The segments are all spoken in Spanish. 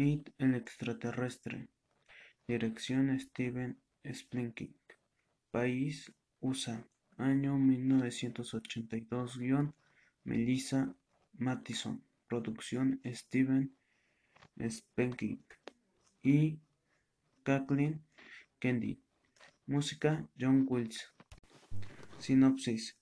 It el extraterrestre. Dirección Steven Spielberg. País USA. Año 1982. Guión Melissa Mathison. Producción Steven Spielberg y Kathleen Kennedy. Música John Wills. Sinopsis.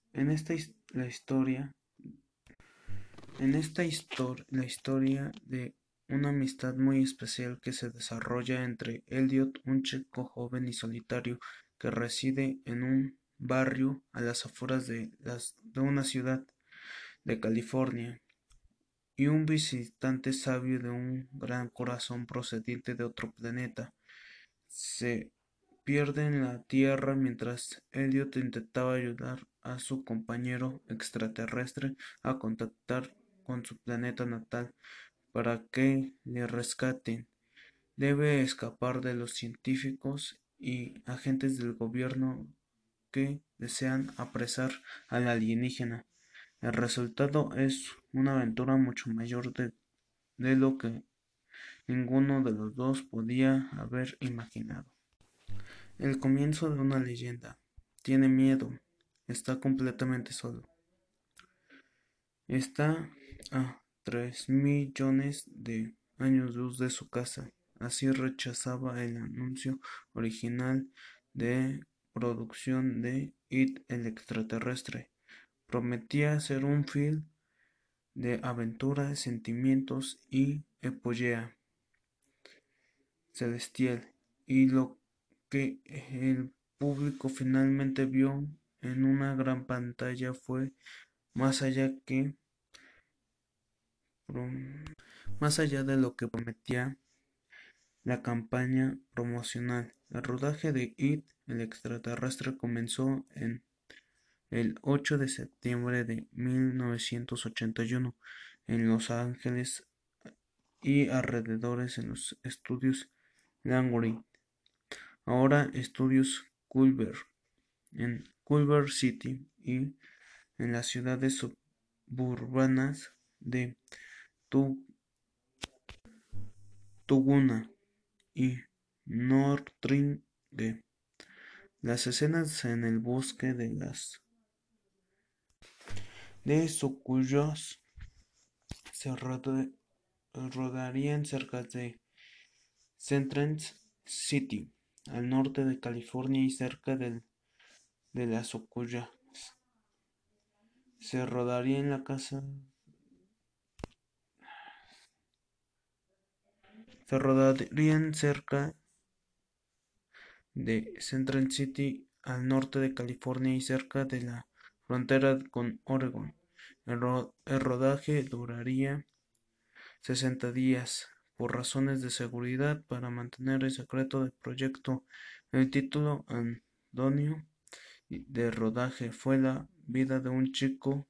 La historia de una amistad muy especial que se desarrolla entre Elliot, un chico joven y solitario que reside en un barrio a las afueras de una ciudad de California, y un visitante sabio de un gran corazón procedente de otro planeta. Se pierde en la Tierra mientras Elliot intentaba ayudar a su compañero extraterrestre a contactar con su planeta natal para que le rescaten. Debe escapar de los científicos y agentes del gobierno que desean apresar al alienígena. El resultado es una aventura mucho mayor de lo que ninguno de los dos podía haber imaginado. El comienzo de una leyenda. Tiene miedo. Está completamente solo. Está a 3 millones de años luz de su casa. Así rechazaba el anuncio original de producción de It el extraterrestre. Prometía ser un film de aventura, sentimientos y epopea celestial, y lo que el público finalmente vio en una gran pantalla fue más allá que más allá de lo que prometía la campaña promocional. El rodaje de It, el extraterrestre, comenzó el 8 de septiembre de 1981 en Los Ángeles y alrededores en los estudios Langley, ahora estudios Culver, en Culver City, y en las ciudades suburbanas de Tuguna y Northridge. Las escenas en el bosque de Sucuyos se rodarían cerca de Central City, al norte de California, y cerca de las Sucuyas. Se rodaría en la casa Se rodarían cerca de Central City, al norte de California y cerca de la frontera con Oregon. El rodaje duraría 60 días. Por razones de seguridad, para mantener el secreto del proyecto, el título Antonio de rodaje fue La vida de un chico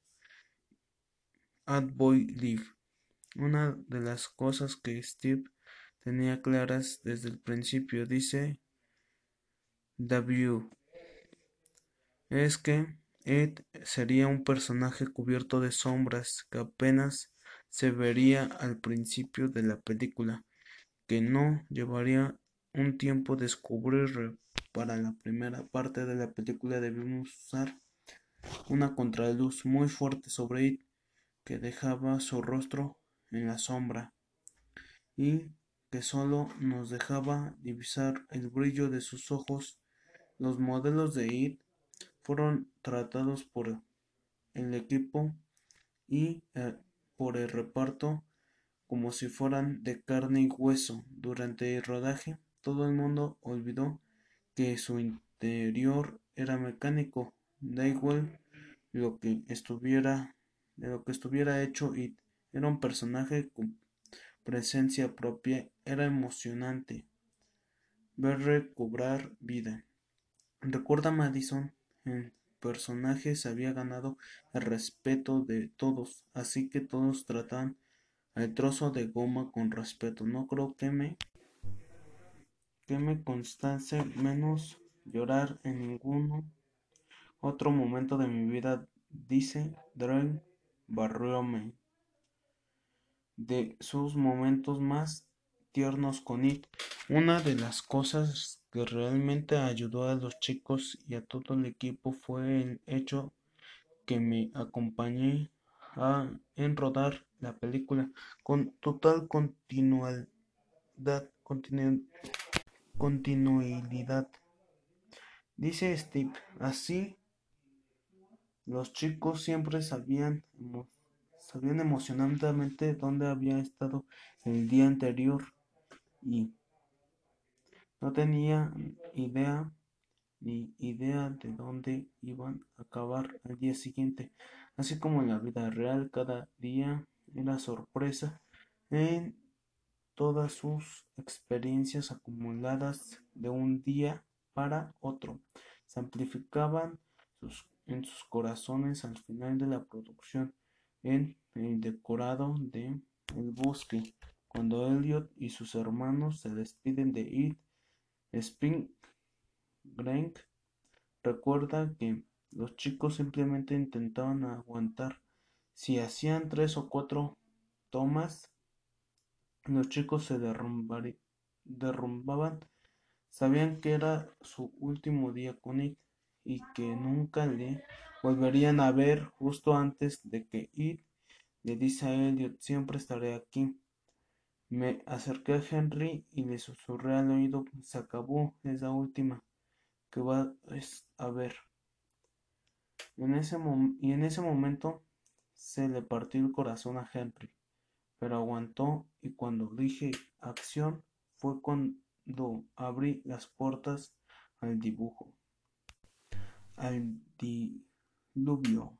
at Boy Live. Una de las cosas que Steve tenía claras desde el principio, dice Davey, es que Ed sería un personaje cubierto de sombras que apenas se vería al principio de la película, que no llevaría un tiempo descubrir. Para la primera parte de la película debimos usar una contraluz muy fuerte sobre Ed, que dejaba su rostro en la sombra y que solo nos dejaba divisar el brillo de sus ojos. Los modelos de It fueron tratados por el equipo y por el reparto como si fueran de carne y hueso. Durante el rodaje, todo el mundo olvidó que su interior era mecánico. Da igual lo que estuviera, de lo que estuviera hecho It. Era un personaje con presencia propia. Era emocionante ver cobrar vida. Recuerda Madison, el personaje se había ganado el respeto de todos, así que todos trataban al trozo de goma con respeto. No creo que me constase menos llorar en ningún otro momento de mi vida, dice Drew Barrymore. De sus momentos más tiernos con It. Una de las cosas que realmente ayudó a los chicos y a todo el equipo fue el hecho que me acompañé en rodar la película con total continuidad. Dice Steve, así los chicos siempre sabían emocionantemente dónde había estado el día anterior y no tenía idea ni idea de dónde iban a acabar al día siguiente. Así como en la vida real, cada día era sorpresa en todas sus experiencias acumuladas de un día para otro. Se amplificaban en sus corazones al final de la producción, en el decorado de El Bosque, cuando Elliot y sus hermanos se despiden de Ed. Spring recuerda que los chicos simplemente intentaban aguantar. Si hacían 3 o 4 tomas, los chicos se derrumbaban. Sabían que era su último día con It y que nunca le volverían a ver. Justo antes de que It le dice a Elliot, siempre estaré aquí. Me acerqué a Henry y le susurré al oído, se acabó, es la última que vas a ver. En ese momento se le partió el corazón a Henry, pero aguantó y cuando dije acción fue cuando abrí las puertas al dibujo, al diluvio.